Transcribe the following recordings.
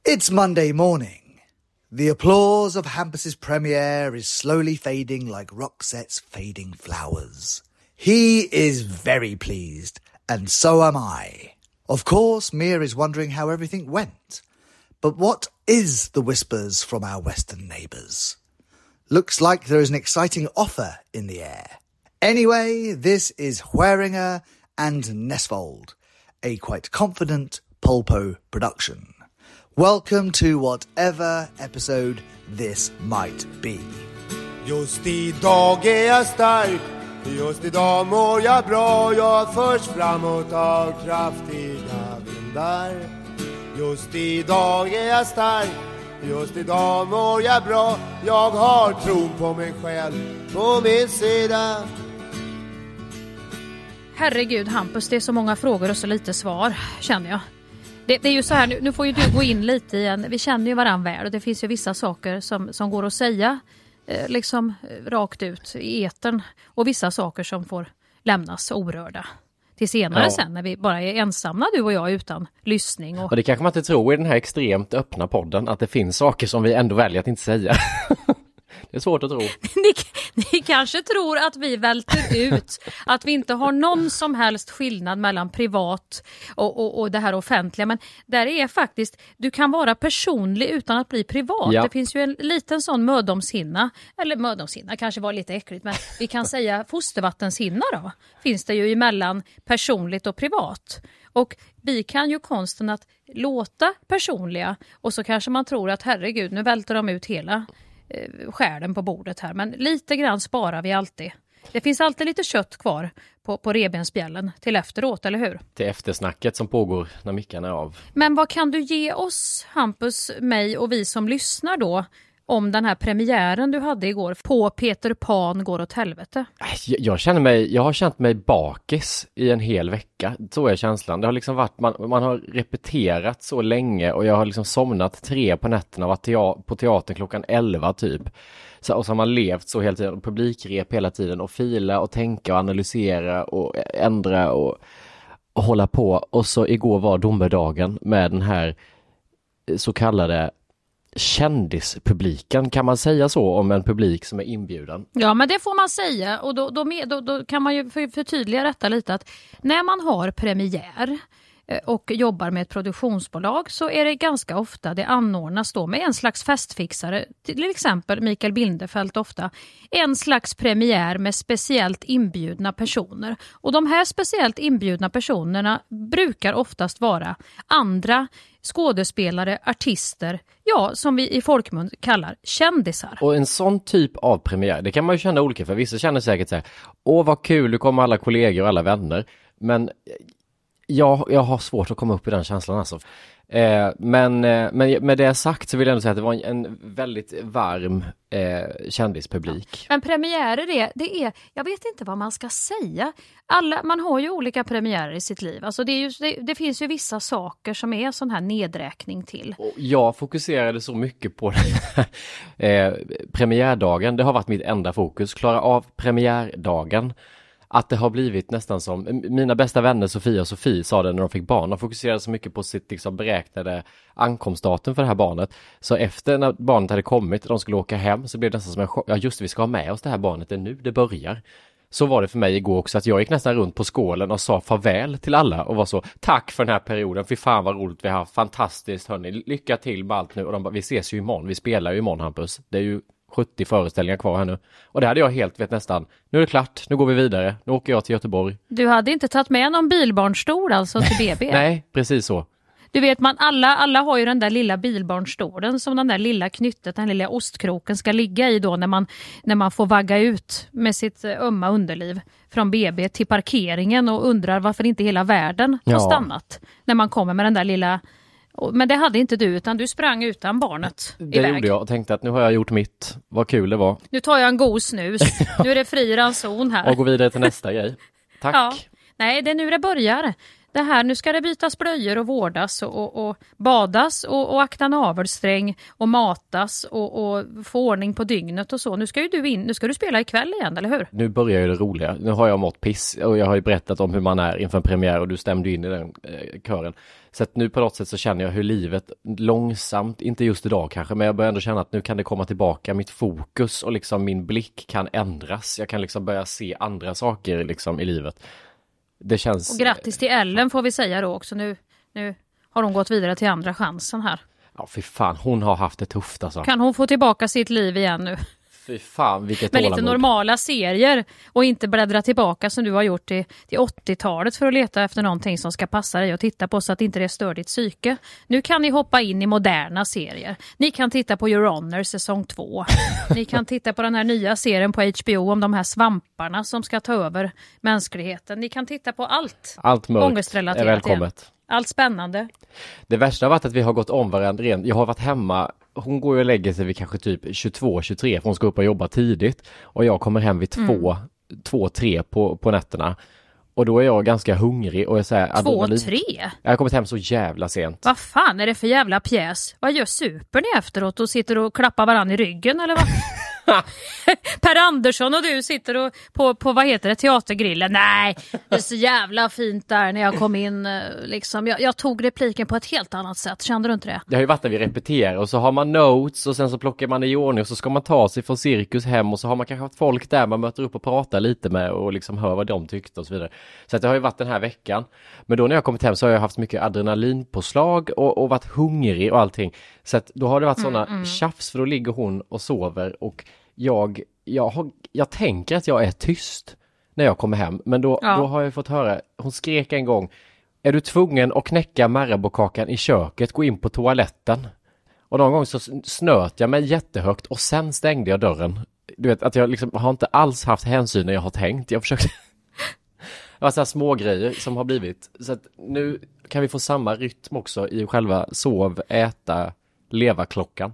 It's Monday morning. The applause of Hampus's premiere is slowly fading like Roxette's fading flowers. He is very pleased, and so am I. Of course, Mia is wondering how everything went. But what is the whispers from our western neighbours? Looks like there is an exciting offer in the air. Anyway, this is Hueringer and Nesvold, a quite confident Polpo production. Welcome to whatever episode this might be. Just idag är jag stark, just idag mår jag bra. Jag förs framåt av kraftiga vindar. Just idag är jag stark, just idag mår jag bra. Jag har tron på mig själv på min sida. Herregud Hampus, det är så många frågor och så lite svar, känner jag. Det är ju så här, nu får ju du gå in lite igen. Vi känner ju varandra väl och det finns ju vissa saker som går att säga liksom rakt ut i etern. Och vissa saker som får lämnas orörda till senare sen när vi bara är ensamma, du och jag, utan lyssning. Och det kanske man inte tror i den här extremt öppna podden, att det finns saker som vi ändå väljer att inte säga. Det är svårt att tro. Ni kanske tror att vi välter ut, att vi inte har någon som helst skillnad mellan privat och det här offentliga. Men där är faktiskt, du kan vara personlig utan att bli privat. Ja. Det finns ju en liten sån mödomshinna, eller mödomshinna kanske var lite äckligt, men vi kan säga fostervattenshinna då. Finns det ju emellan personligt och privat. Och vi kan ju konsten att låta personliga, och så kanske man tror att herregud, nu välter de ut hela skärden på bordet här, men lite grann sparar vi alltid. Det finns alltid lite kött kvar på revbensspjällen till efteråt, eller hur? Till eftersnacket som pågår när mickarna är av. Men vad kan du ge oss, Hampus, mig och vi som lyssnar då, om den här premiären du hade igår på Peter Pan går åt helvete? Jag har känt mig bakis i en hel vecka. Så är känslan. Det har liksom varit, man har repeterat så länge och jag har liksom somnat 3 på nätterna och varit på teatern klockan 11 typ. Och så har man levt så hela tiden, publikrep hela tiden och fila och tänka och analysera och ändra och hålla på. Och så igår var domedagen med den här så kallade kändispubliken, kan man säga så om en publik som är inbjuden? Ja, men det får man säga, och då kan man ju förtydliga detta lite, att när man har premiär och jobbar med ett produktionsbolag så är det ganska ofta det anordnas då med en slags festfixare, till exempel Mikael Bindefeld ofta, en slags premiär med speciellt inbjudna personer. Och de här speciellt inbjudna personerna brukar oftast vara andra skådespelare, artister, ja, som vi i folkmun kallar kändisar. Och en sån typ av premiär, det kan man ju känna olika, för vissa känner säkert så här: åh vad kul, nu kommer alla kollegor och alla vänner. Men jag har svårt att komma upp i den känslan alltså. Men med det sagt så vill jag ändå säga att det var en väldigt varm kändispublik. Men premiärer det är, jag vet inte vad man ska säga. Man har ju olika premiärer i sitt liv. Alltså det finns ju vissa saker som är sån här nedräkning till. Och jag fokuserade så mycket på premiärdagen. Det har varit mitt enda fokus. Klara av premiärdagen. Att det har blivit nästan som mina bästa vänner Sofia och Sofie sa det när de fick barn. De fokuserade så mycket på sitt liksom beräknade ankomstdatum för det här barnet. Så efter när barnet hade kommit och de skulle åka hem så blev det nästan som en chock. Ja just det, vi ska ha med oss det här barnet, det är nu det börjar. Så var det för mig igår också, att jag gick nästan runt på skålen och sa farväl till alla och var så: tack för den här perioden, fy fan vad roligt vi har haft, fantastiskt hörni, lycka till med allt nu. Och de bara, vi ses ju imorgon, vi spelar ju imorgon Hampus, det är ju 70 föreställningar kvar här nu. Och det hade jag helt vet nästan. Nu är det klart, nu går vi vidare. Nu åker jag till Göteborg. Du hade inte tagit med någon bilbarnstol alltså till BB? Nej, precis så. Du vet, alla har ju den där lilla bilbarnstolen som den där lilla knyttet, den lilla ostkroken ska ligga i då när man får vagga ut med sitt ömma underliv från BB till parkeringen och undrar varför inte hela världen har stannat när man kommer med den där lilla. Men det hade inte du, utan du sprang utan barnet iväg. Det gjorde jag och tänkte att nu har jag gjort mitt. Vad kul det var. Nu tar jag en god snus. Nu är det fri ranson här. Och går vidare till nästa grej. Tack. Ja. Nej, det är nu det börjar. det här, nu ska det bytas blöjor och vårdas och badas och akta navelsträng och matas och få ordning på dygnet och så. Nu ska du spela ikväll igen, eller hur? Nu börjar ju det roliga. Nu har jag mått piss och jag har ju berättat om hur man är inför en premiär och du stämde in i den kören. Så att nu på något sätt så känner jag hur livet långsamt, inte just idag kanske, men jag börjar ändå känna att nu kan det komma tillbaka, mitt fokus och liksom min blick kan ändras. Jag kan liksom börja se andra saker liksom i livet. Det känns... Och grattis till Ellen får vi säga då också. Nu har hon gått vidare till andra chansen här. Ja, fy fan, hon har haft det tufft alltså. Kan hon få tillbaka sitt liv igen nu? Fy fan, vilket med tålamod. Lite normala serier och inte bläddra tillbaka som du har gjort till 80-talet för att leta efter någonting som ska passa dig och titta på så att inte det stör ditt psyke. Nu kan ni hoppa in i moderna serier. Ni kan titta på Your Honor säsong 2. Ni kan titta på den här nya serien på HBO om de här svamparna som ska ta över mänskligheten. Ni kan titta på allt. Allt mörkt är välkommet. Igen. Allt spännande. Det värsta har varit att vi har gått om varandra rent. Jag har varit hemma, hon går ju och lägger sig vid kanske typ 22-23 för hon ska upp och jobba tidigt. Och jag kommer hem vid 2-3 på nätterna. Och då är jag ganska hungrig och jag säger 2-3? Jag har kommit hem så jävla sent. Vad fan är det för jävla pjäs? Vad gör super ni efteråt och sitter och klappar varandra i ryggen eller vad? Per Andersson och du sitter och på vad heter det, teatergrillen. Nej, det är så jävla fint där när jag kom in liksom. Jag tog repliken på ett helt annat sätt, kände du inte det? Det har ju varit när vi repeterar och så har man notes och sen så plockar man i ordning och så ska man ta sig från cirkus hem och så har man kanske haft folk där man möter upp och pratar lite med och liksom hör vad de tyckte och så vidare. Så att det har ju varit den här veckan. Men då när jag kommit hem så har jag haft mycket adrenalinpåslag och varit hungrig och allting. Så att då har det varit sådana tjafs för då ligger hon och sover och jag tänker att jag är tyst när jag kommer hem. Men då har jag fått höra, hon skrek en gång, är du tvungen att knäcka Marabou-kakan i köket, gå in på toaletten? Och någon gång så snöt jag mig jättehögt och sen stängde jag dörren. Du vet att jag liksom har inte alls haft hänsyn när jag har tänkt. Jag försökte... Det var så här små grejer som har blivit. Så att nu kan vi få samma rytm också i själva sov, äta, leva klockan.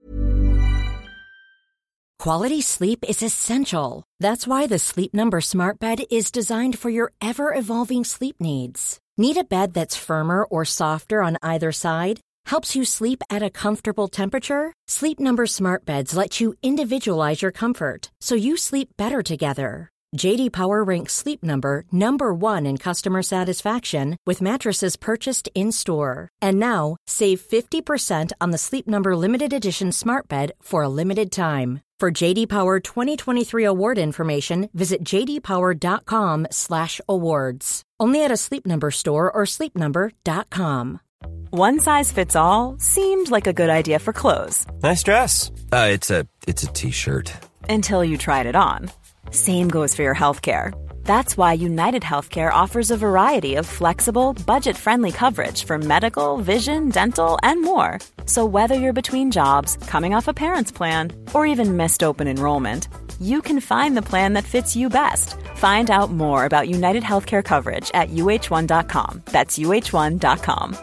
Quality sleep is essential. That's why the Sleep Number Smart Bed is designed for your ever-evolving sleep needs. Need a bed that's firmer or softer on either side? Helps you sleep at a comfortable temperature? Sleep Number Smart Beds let you individualize your comfort, so you sleep better together. JD Power ranks Sleep Number #1 in customer satisfaction with mattresses purchased in-store. And now, save 50% on the Sleep Number Limited Edition Smart Bed for a limited time. For JD Power 2023 award information, visit jdpower.com/awards. Only at a Sleep Number store or sleepnumber.com. One size fits all seemed like a good idea for clothes. Nice dress. It's a t-shirt. Until you tried it on. Same goes for your healthcare. That's why United Healthcare offers a variety of flexible, budget-friendly coverage for medical, vision, dental, and more. So whether you're between jobs, coming off a parent's plan, or even missed open enrollment, you can find the plan that fits you best. Find out more about United Healthcare coverage at uh1.com. That's uh1.com.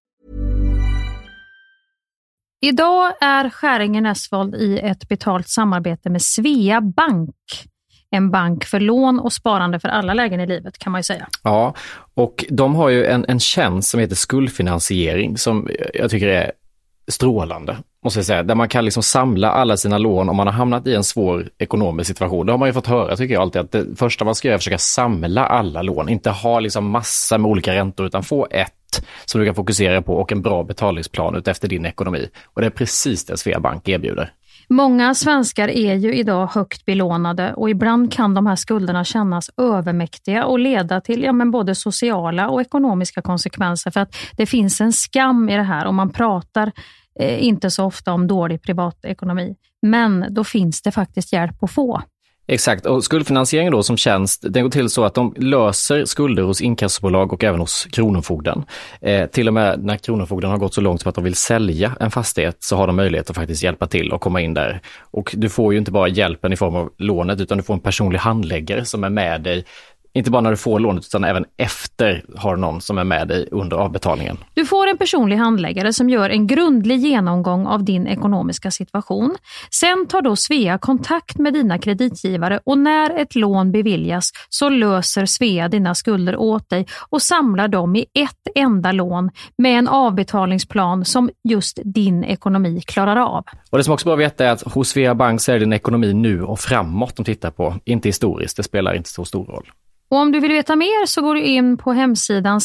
Idag är Skäringen Esvold i ett betalt samarbete med Svea Bank. En bank för lån och sparande för alla lägen i livet kan man ju säga. Ja, och de har ju en tjänst som heter skuldfinansiering som jag tycker är strålande, måste jag säga. Där man kan liksom samla alla sina lån om man har hamnat i en svår ekonomisk situation. Det har man ju fått höra, tycker jag alltid, att det första man ska göra är att försöka samla alla lån. Inte ha liksom massa med olika räntor utan få ett som du kan fokusera på och en bra betalningsplan ut efter din ekonomi. Och det är precis det Svea Bank erbjuder. Många svenskar är ju idag högt belånade och ibland kan de här skulderna kännas övermäktiga och leda till både sociala och ekonomiska konsekvenser, för att det finns en skam i det här och man pratar inte så ofta om dålig privatekonomi. Men då finns det faktiskt hjälp att få. Exakt, och skuldfinansieringen då som tjänst, den går till så att de löser skulder hos inkassobolag och även hos kronofogden. Till och med när kronofogden har gått så långt för att de vill sälja en fastighet så har de möjlighet att faktiskt hjälpa till och komma in där. Och du får ju inte bara hjälpen i form av lånet utan du får en personlig handläggare som är med dig Inte bara när du får lånet utan även efter har någon som är med dig under avbetalningen. Du får en personlig handläggare som gör en grundlig genomgång av din ekonomiska situation. Sen tar då Svea kontakt med dina kreditgivare och när ett lån beviljas så löser Svea dina skulder åt dig och samlar dem i ett enda lån med en avbetalningsplan som just din ekonomi klarar av. Och det som också bör veta är att hos Svea Bank så är din ekonomi nu och framåt de tittar på, inte historiskt. Det spelar inte så stor roll. Och om du vill veta mer så går du in på hemsidan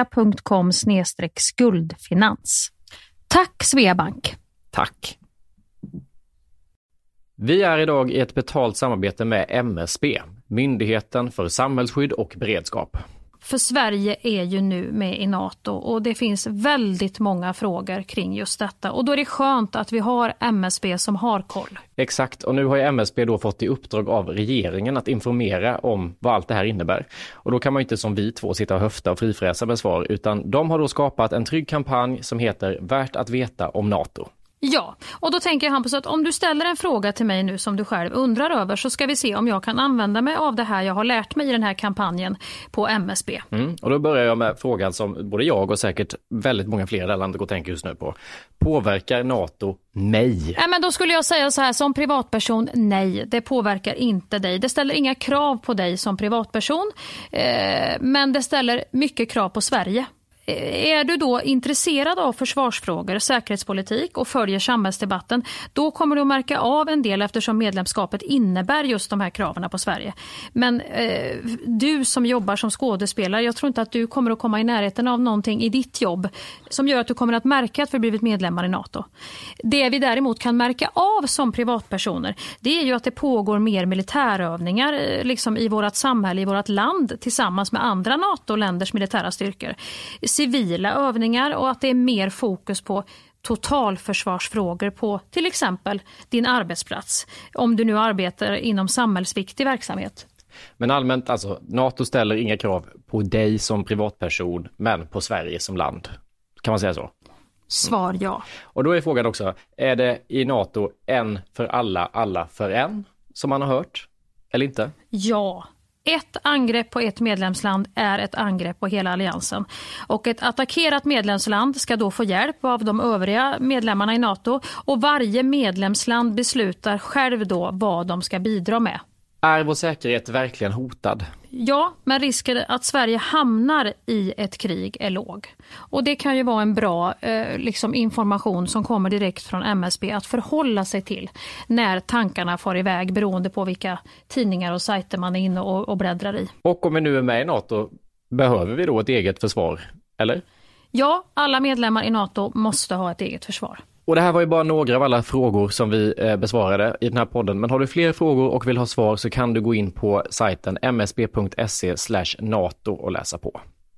svea.com/skuldfinans. Tack Sveabank! Tack! Vi är idag i ett betalt samarbete med MSB, Myndigheten för samhällsskydd och beredskap. För Sverige är ju nu med i NATO och det finns väldigt många frågor kring just detta. Och då är det skönt att vi har MSB som har koll. Exakt, och nu har ju MSB då fått i uppdrag av regeringen att informera om vad allt det här innebär. Och då kan man ju inte som vi två sitta och höfta och frifräsa med svar, utan de har då skapat en trygg kampanj som heter Värt att veta om NATO. Ja, och då tänker jag Hampus att om du ställer en fråga till mig nu som du själv undrar över så ska vi se om jag kan använda mig av det här jag har lärt mig i den här kampanjen på MSB. Och då börjar jag med frågan som både jag och säkert väldigt många fler i landet går och tänker just nu på. Påverkar NATO mig? Men då skulle jag säga så här som privatperson, nej, det påverkar inte dig. Det ställer inga krav på dig som privatperson, men det ställer mycket krav på Sverige. Är du då intresserad av försvarsfrågor, säkerhetspolitik och följer samhällsdebatten, då kommer du att märka av en del eftersom medlemskapet innebär just de här kraven på Sverige. Men du som jobbar som skådespelare, jag tror inte att du kommer att komma i närheten av någonting i ditt jobb som gör att du kommer att märka att vi blivit medlemmar i NATO. Det vi däremot kan märka av som privatpersoner, det är ju att det pågår mer militärövningar liksom i vårt samhälle, i vårt land tillsammans med andra NATO-länders militära styrkor. Civila övningar och att det är mer fokus på totalförsvarsfrågor på till exempel din arbetsplats om du nu arbetar inom samhällsviktig verksamhet. Men allmänt, alltså NATO ställer inga krav på dig som privatperson men på Sverige som land. Kan man säga så? Svar ja. Och då är frågan också, är det i NATO en för alla, alla för en som man har hört eller inte? Ja. Ett angrepp på ett medlemsland är ett angrepp på hela alliansen. Och ett attackerat medlemsland ska då få hjälp av de övriga medlemmarna i NATO. Och varje medlemsland beslutar själv då vad de ska bidra med. Är vår säkerhet verkligen hotad? Ja, men risken att Sverige hamnar i ett krig är låg. Och det kan ju vara en bra information som kommer direkt från MSB att förhålla sig till när tankarna far iväg beroende på vilka tidningar och sajter man är inne och bläddrar i. Och om vi nu är med i NATO, behöver vi då ett eget försvar, eller? Ja, alla medlemmar i NATO måste ha ett eget försvar. Och det här var ju bara några av alla frågor som vi besvarade i den här podden. Men har du fler frågor och vill ha svar så kan du gå in på sajten msb.se/NATO och läsa på.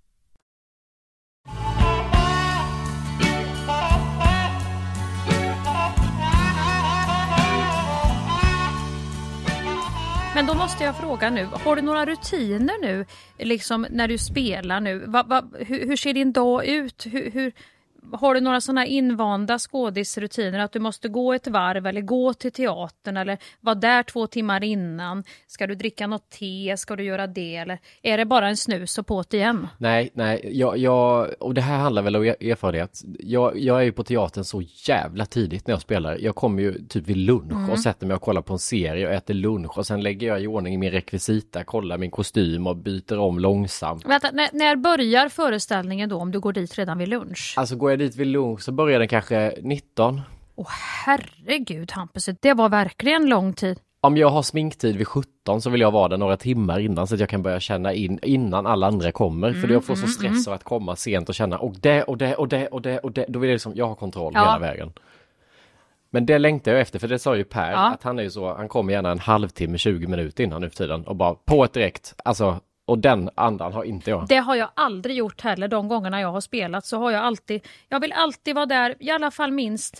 Men då måste jag fråga nu, har du några rutiner nu liksom när du spelar nu? Hur ser din dag ut? Har du några sådana invanda skådisrutiner att du måste gå ett varv eller gå till teatern eller vara där 2 timmar innan? Ska du dricka något te? Ska du göra det? Eller är det bara en snus och på't igen? Nej, och det här handlar väl om erfarenhet. Jag är ju på teatern så jävla tidigt när jag spelar. Jag kommer ju typ vid lunch och sätter mig och kollar på en serie och äter lunch och sen lägger jag i ordning min rekvisita, kollar min kostym och byter om långsamt. Vänta, när börjar föreställningen då om du går dit redan vid lunch? Alltså går jag dit vid lunch så börjar den kanske 19. Herregud Hampus, det var verkligen lång tid. Om jag har sminktid vid 17 så vill jag vara där några timmar innan så att jag kan börja känna in innan alla andra kommer. För jag får så stress av att komma sent och känna och det. Då vill jag liksom, jag har kontroll hela vägen. Men det längtar jag efter, för det sa ju Per att han är ju så, han kommer gärna en halvtimme, 20 minuter innan nu för tiden och bara på ett direkt, alltså. Och den andan har inte jag. Det har jag aldrig gjort heller. De gångerna jag har spelat så har jag vill alltid vara där i alla fall minst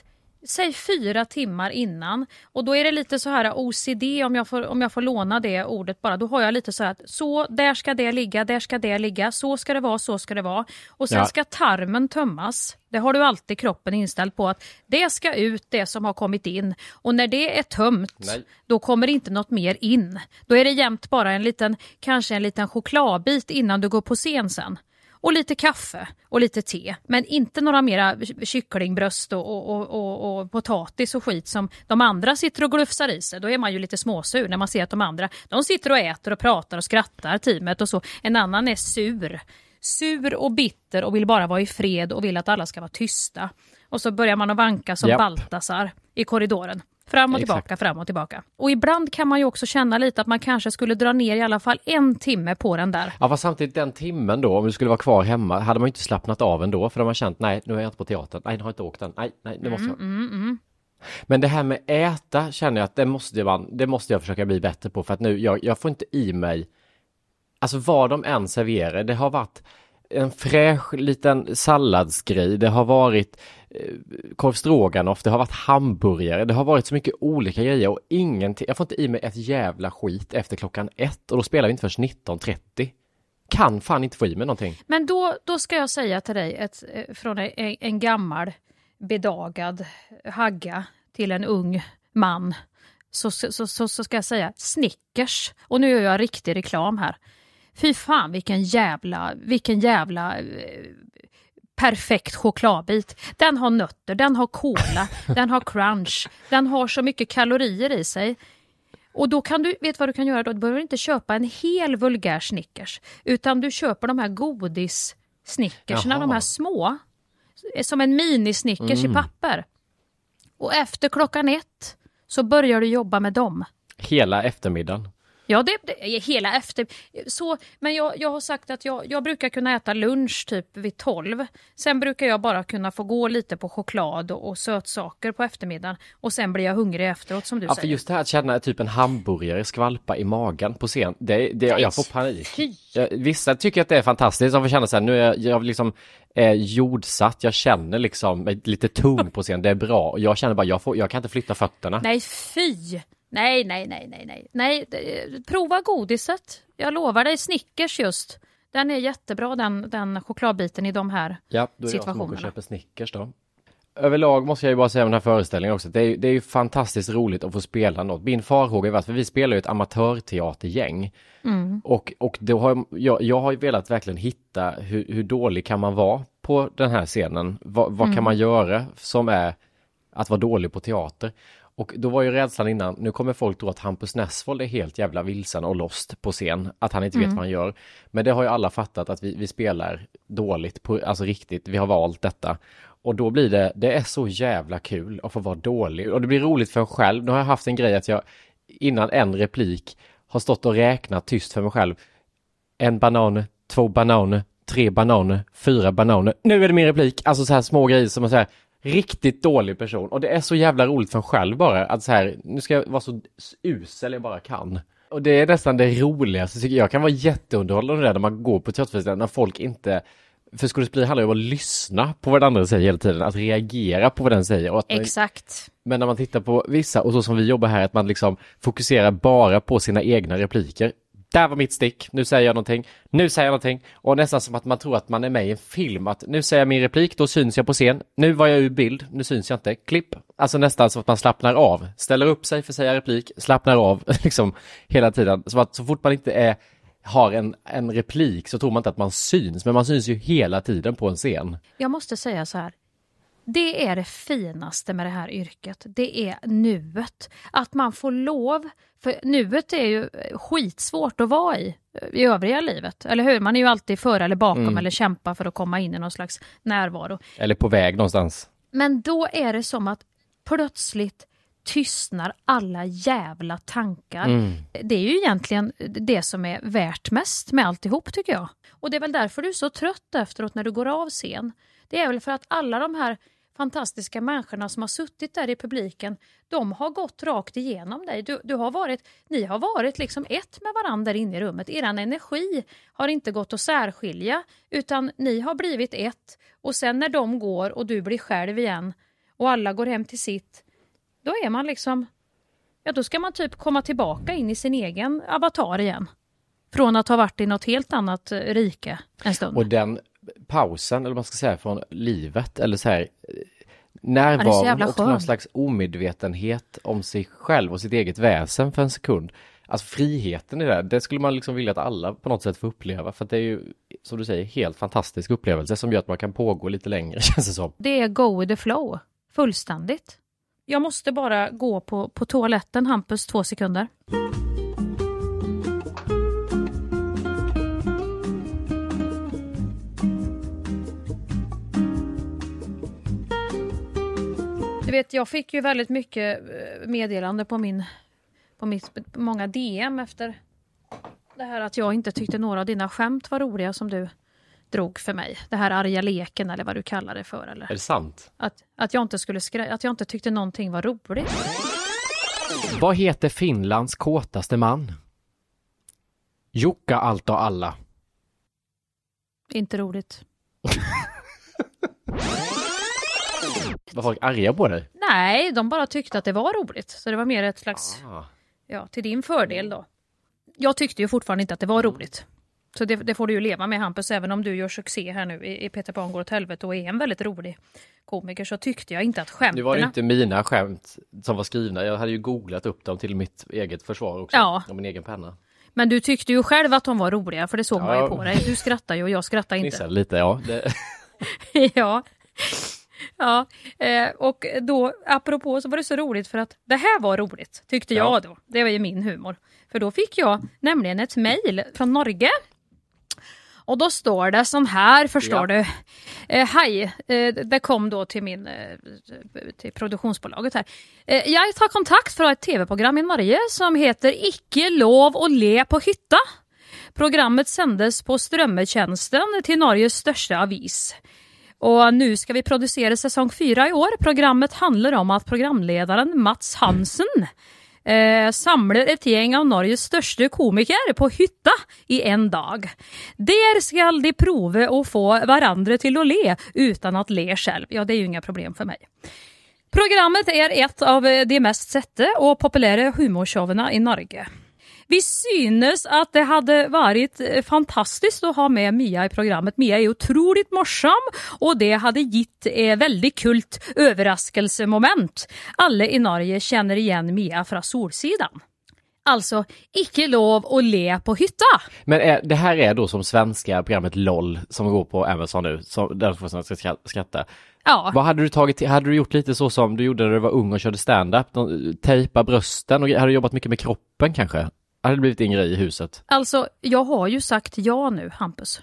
säg 4 timmar innan. Och då är det lite så här OCD, om jag får låna det ordet bara. Då har jag lite så här att så, där ska det ligga, där ska det ligga, så ska det vara, så ska det vara. Och sen ska tarmen tömmas. Det har du alltid kroppen inställd på, att det ska ut, det som har kommit in. Och när det är tömt, då kommer inte något mer in. Då är det jämt bara kanske en liten chokladbit innan du går på scen sen. Och lite kaffe och lite te. Men inte några mera kycklingbröst och potatis och skit som de andra sitter och glufsar i sig. Då är man ju lite småsur när man ser att de andra, de sitter och äter och pratar och skrattar, teamet och så. En annan är sur och bitter och vill bara vara i fred och vill att alla ska vara tysta. Och så börjar man att vanka som Baltasar i korridoren. Fram och tillbaka, fram och tillbaka. Och ibland kan man ju också känna lite att man kanske skulle dra ner i alla fall 1 timme på den där. Ja, fast samtidigt den timmen då, om du skulle vara kvar hemma, hade man ju inte slappnat av ändå. För de har känt, nej, nu är jag inte på teatern. Nej, nu har jag inte åkt den. Nej, nu måste jag. Men det här med äta känner jag att det måste jag försöka bli bättre på. För att nu, jag får inte i mig, alltså vad de än serverar. Det har varit en fräsch liten salladsgrej. Det har varit korv stroganoff, det har varit hamburgare, det har varit så mycket olika grejer och ingenting. Jag får inte i mig ett jävla skit efter 1:00 och då spelar vi inte förrän 19:30. Kan fan inte få i mig någonting. Men då ska jag säga till dig från en gammal bedagad hagga till en ung man så ska jag säga Snickers. Och nu gör jag riktig reklam här. Fy fan vilken jävla perfekt chokladbit. Den har nötter, den har kola, den har crunch, den har så mycket kalorier i sig. Och då kan du, vet vad du kan göra då? Du behöver inte köpa en hel vulgär Snickers, utan du köper de här godis-snickersna, de här små, som en mini-snickers i papper. Och efter 1:00 så börjar du jobba med dem. Hela eftermiddagen. Ja, det hela efter. Så, men jag har sagt att jag brukar kunna äta lunch typ vid 12. Sen brukar jag bara kunna få gå lite på choklad och sötsaker på eftermiddagen. Och sen blir jag hungrig efteråt som du säger. För just det här att känna typ en hamburgare skvalpa i magen på scen. Jag får panik. Vissa tycker att det är fantastiskt. De får känna så här, nu är jag liksom jordsatt. Jag känner liksom lite tung på scen. Det är bra. Och jag känner bara, jag kan inte flytta fötterna. Nej, fy! Nej. Prova godiset. Jag lovar dig, Snickers just. Den är jättebra, den chokladbiten i de här situationerna. Ja, då är jag som åker och köper Snickers då. Överlag måste jag ju bara säga om den här föreställningen också. Det är ju fantastiskt roligt att få spela något. Min farhåga är att vi spelar ju ett amatörteatergäng. Och då jag har ju velat verkligen hitta hur dålig kan man vara på den här scenen. Vad kan man göra som är att vara dålig på teater? Och då var ju rädslan innan, nu kommer folk tro att Hampus Nessvold är helt jävla vilsen och lost på scen. Att han inte vet vad han gör. Men det har ju alla fattat att vi spelar dåligt, alltså riktigt. Vi har valt detta. Och då blir det är så jävla kul att få vara dålig. Och det blir roligt för en själv. Nu har jag haft en grej att jag innan en replik har stått och räknat tyst för mig själv. 1 banan, 2 bananer, 3 bananer, 4 bananer. Nu är det min replik. Alltså så här små grejer som man säger. Riktigt dålig person. Och det är så jävla roligt för en själv bara. Att så här, nu ska jag vara så usel jag bara kan. Och det är nästan det roligaste tycker jag. Kan vara jätteunderhållande där när man går på teaterfestival. När folk inte... För skådespelare handlar ju om att lyssna på vad den andra säger hela tiden. Att reagera på vad den säger. Och att exakt. Men när man tittar på vissa, och så som vi jobbar här, att man liksom fokuserar bara på sina egna repliker. Där var mitt stick, nu säger jag någonting. Och nästan som att man tror att man är med i en film. Att nu säger jag min replik, då syns jag på scen. Nu var jag ur bild, nu syns jag inte. Klipp. Alltså nästan som att man slappnar av. Ställer upp sig för att säga replik, slappnar av liksom hela tiden. Så att så fort man inte har en replik så tror man inte att man syns. Men man syns ju hela tiden på en scen. Jag måste säga så här. Det är det finaste med det här yrket. Det är nuet. Att man får lov. För nuet är ju skitsvårt att vara i övriga livet. Eller hur? Man är ju alltid före eller bakom eller kämpar för att komma in i någon slags närvaro. Eller på väg någonstans. Men då är det som att plötsligt tystnar alla jävla tankar. Det är ju egentligen det som är värt mest med alltihop tycker jag. Och det är väl därför du är så trött efteråt när du går av scen. Det är väl för att alla de här fantastiska människorna som har suttit där i publiken, de har gått rakt igenom dig. Ni har varit liksom ett med varandra inne i rummet. Eran energi har inte gått att särskilja, utan ni har blivit ett. Och sen när de går och du blir själv igen och alla går hem till sitt, då är man liksom, ja då ska man typ komma tillbaka in i sin egen avatar igen. Från att ha varit i något helt annat rike en stund. Och den pausen, eller vad man ska säga, från livet, eller så här, närvaro och någon slags omedvetenhet om sig själv och sitt eget väsen för en sekund. Alltså friheten i det skulle man liksom vilja att alla på något sätt får uppleva, för att det är ju, som du säger, helt fantastisk upplevelse som gör att man kan pågå lite längre, känns det som. Det är go with the flow, fullständigt. Jag måste bara gå på toaletten, Hampus, 2 sekunder. Du vet, jag fick ju väldigt mycket meddelande på många DM efter det här att jag inte tyckte några av dina skämt var roliga som du drog för mig. Det här arga leken eller vad du kallar det för. Eller? Är det sant? Att jag inte att jag inte tyckte någonting var roligt. Vad heter Finlands kåtaste man? Jukka allt och alla. Inte roligt. Var folk arga på dig? Nej, de bara tyckte att det var roligt. Så det var mer ett slags, till din fördel då. Jag tyckte ju fortfarande inte att det var roligt. Så det får du ju leva med, Hampus. Även om du gör succé här nu i Peter Pan går åt helvete och är en väldigt rolig komiker, så tyckte jag inte att skämterna... Nu var det inte mina skämt som var skrivna. Jag hade ju googlat upp dem till mitt eget försvar också. Ja. Om min egen penna. Men du tyckte ju själv att de var roliga, för det såg man ju på dig. Du skrattar ju och jag skrattar inte. Nissade lite, ja. Ja. Ja, och då apropå så var det så roligt för att det här var roligt, tyckte jag då. Det var ju min humor. För då fick jag nämligen ett mejl från Norge. Och då står det sån här, förstår du. Hej, det kom då till till produktionsbolaget här. Jag tar kontakt för ett tv-program i Norge som heter Ikke lov å le på hytta. Programmet sändes på strömmetjänsten till Norges största avis. Och nu ska vi producera säsong 4 i år. Programmet handlar om att programledaren Mats Hansen samlar ett gäng av Norges största komiker på hytta i en dag. Där ska de prova att få varandra till att le utan att le själv. Ja, det är ju inga problem för mig. Programmet är ett av de mest sette och populära humorshowerna i Norge. Vi synes att det hade varit fantastiskt att ha med Mia i programmet. Mia är otroligt morsom och det hade gitt väldigt kult överraskelsemoment. Alla i Norge känner igen Mia från Solsidan. Alltså, Ikke lov att le på hytta. Men det här är då som svenska programmet LOL som går på Amazon nu, där får man ska skratta. Ja. Vad hade du tagit till? Hade du gjort lite så som du gjorde när du var ung och körde stand-up? Tejpa brösten och hade du jobbat mycket med kroppen kanske? Hade det blivit en grej i huset? Alltså, jag har ju sagt ja nu, Hampus.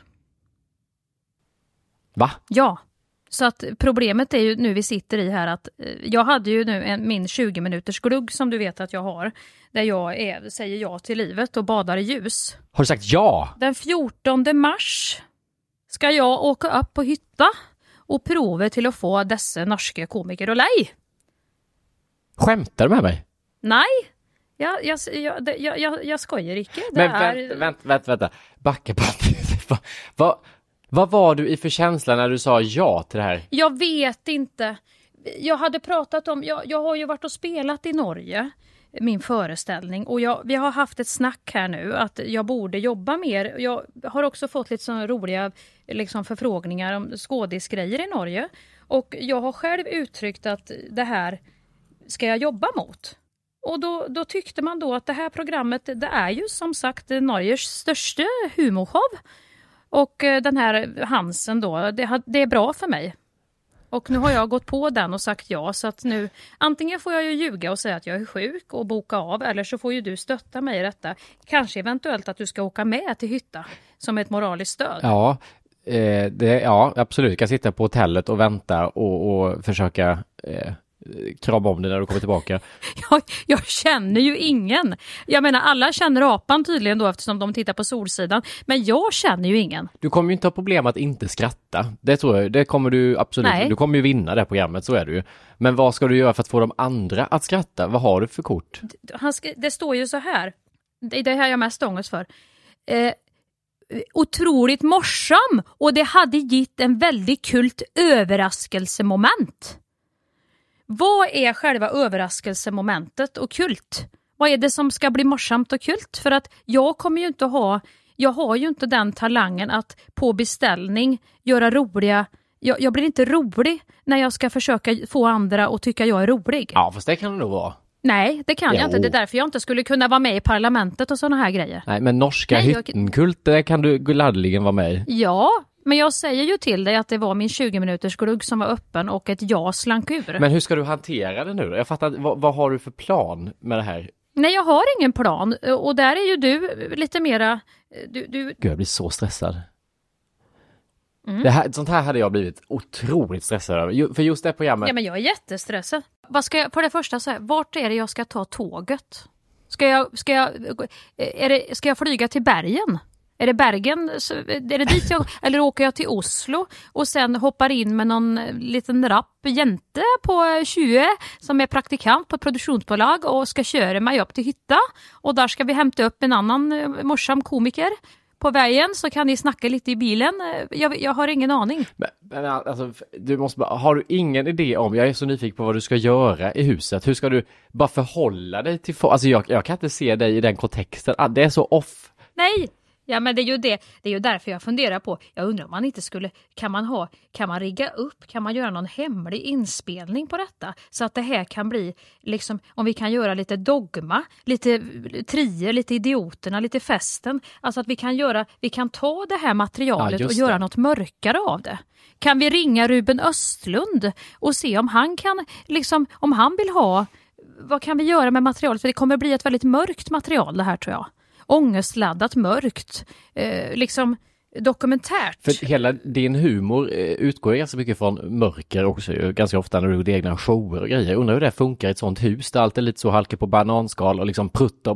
Va? Ja. Så att problemet är ju nu vi sitter i här att jag hade ju nu min 20 minuters glugg som du vet att jag har. Där jag säger ja till livet och badar i ljus. Har du sagt ja? Den 14 mars ska jag åka upp på hytta och prova till att få dessa norska komiker och lej. Skämtar du med mig? Nej. Jag skojar inte. Men vänta. Backa. Vad var du i för känsla när du sa ja till det här? Jag vet inte. Jag hade pratat om... Jag har ju varit och spelat i Norge, min föreställning. Och vi har haft ett snack här nu att jag borde jobba mer. Jag har också fått lite sådana roliga förfrågningar om skådisgrejer i Norge. Och jag har själv uttryckt att det här ska jag jobba mot. Och då tyckte man då att det här programmet, det är ju som sagt Norges största humorshow. Och den här Hansen då, det är bra för mig. Och nu har jag gått på den och sagt ja. Så att nu, antingen får jag ju ljuga och säga att jag är sjuk och boka av. Eller så får ju du stötta mig i detta. Kanske eventuellt att du ska åka med till hytta som ett moraliskt stöd. Ja, ja absolut. Jag kan sitta på hotellet och vänta och försöka... krama om dig när du kommer tillbaka. Jag känner ju ingen. Jag menar, alla känner apan tydligen då eftersom de tittar på Solsidan. Men jag känner ju ingen. Du kommer ju inte ha problem att inte skratta. Det tror jag. Det kommer du absolut. Nej. Du kommer ju vinna det programmet, så är det ju. Men vad ska du göra för att få de andra att skratta? Vad har du för kort? Det står ju så här. Det är det här jag mest ångest för. Otroligt morsom. Och det hade gitt en väldigt kult överraskelsemoment. Vad är själva överraskelsemomentet och kult? Vad är det som ska bli morsamt och kult? För att jag har ju inte den talangen att på beställning göra roliga. Jag blir inte rolig när jag ska försöka få andra att tycka jag är rolig. Ja, fast det kan det nog vara. Nej, det kan jag inte. Det är därför jag inte skulle kunna vara med i parlamentet och sådana här grejer. Nej, men norska hyttenkult, det kan du gladeligen vara med i. Ja, men jag säger ju till dig att det var min 20-minuters glugg som var öppen och ett ja slank ur. Men hur ska du hantera det nu då? Jag fattar, vad har du för plan med det här? Nej, jag har ingen plan. Och där är ju du lite mera... Gud, jag blir så stressad. Sånt här hade jag blivit otroligt stressad över. För just det programmet... Ja, men jag är jättestressad. För det första, så här, vart är det jag ska ta tåget? Ska jag flyga till Bergen? Är det Bergen? Är det dit jag... Eller åker jag till Oslo och sen hoppar in med någon liten rapp jente på 20 som är praktikant på ett produktionsbolag och ska köra mig upp till hytta. Och där ska vi hämta upp en annan morsam komiker. På vägen så kan ni snacka lite i bilen. Jag har ingen aning. Men alltså, har du ingen idé om, jag är så nyfiken på vad du ska göra i huset. Hur ska du bara förhålla dig till folk? Alltså jag kan inte se dig i den kontexten. Det är så off. Nej. Ja, men det är ju det. Det är ju därför jag funderar på. Jag undrar om man inte skulle... Kan man rigga upp? Kan man göra någon hemlig inspelning på detta? Så att det här kan bli liksom... Om vi kan göra lite dogma, lite trier, lite idioterna, lite festen. Alltså att vi kan ta det här materialet och göra något mörkare av det. Kan vi ringa Ruben Östlund och se om han kan... Liksom, om han vill ha... Vad kan vi göra med materialet? För det kommer bli ett väldigt mörkt material det här, tror jag. Ångestladdat, mörkt, liksom dokumentärt. För hela din humor utgår ganska mycket från mörker också, ganska ofta när du gjorde egna shower och grejer. Undrar hur det funkar i ett sånt hus där allt är lite så halkar på bananskal och liksom pruttar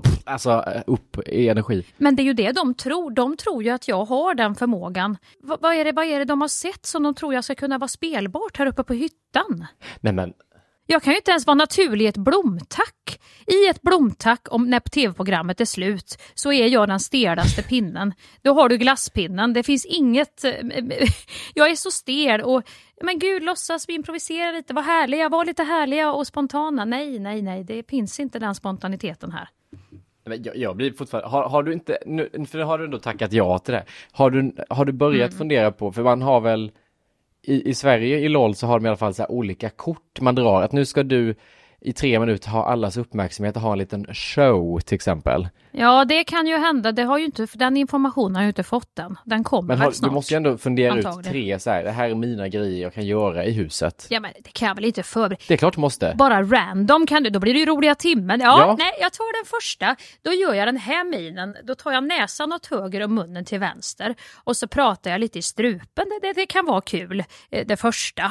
upp i energi. Men det är ju det de tror. De tror ju att jag har den förmågan. Vad är det de har sett som de tror jag ska kunna vara spelbart här uppe på hyttan? Nej, men... Jag kan ju inte ens vara naturlig i ett blomtack. I ett blomtack, när tv-programmet är slut, så är jag den stelaste pinnen. Då har du glasspinnen. Det finns inget... Jag är så stel och... Men gud, låtsas vi improvisera lite. Var härliga, var lite härliga och spontana. Nej. Det finns inte den spontaniteten här. Men jag blir fortfarande... Har du inte... Nu, för har du ändå tackat ja till det. Har du börjat fundera på... För man har väl... I Sverige, i LOL, så har de i alla fall så här olika kort man drar. Att nu ska du i 3 minuter ha allas uppmärksamhet och ha en liten show till exempel. Ja, det kan ju hända. Den informationen har jag ju inte fått än. Den kommer väl snart. Du måste ju ändå fundera ut 3 så här. Det här är mina grejer jag kan göra i huset. Ja, men det kan jag väl inte förbereda. Det är klart du måste. Bara random kan du. Då blir det ju roliga timmen. Ja. Nej, jag tar den första. Då gör jag den här minen. Då tar jag näsan åt höger och munnen till vänster. Och så pratar jag lite i strupen. Det kan vara kul. Det första.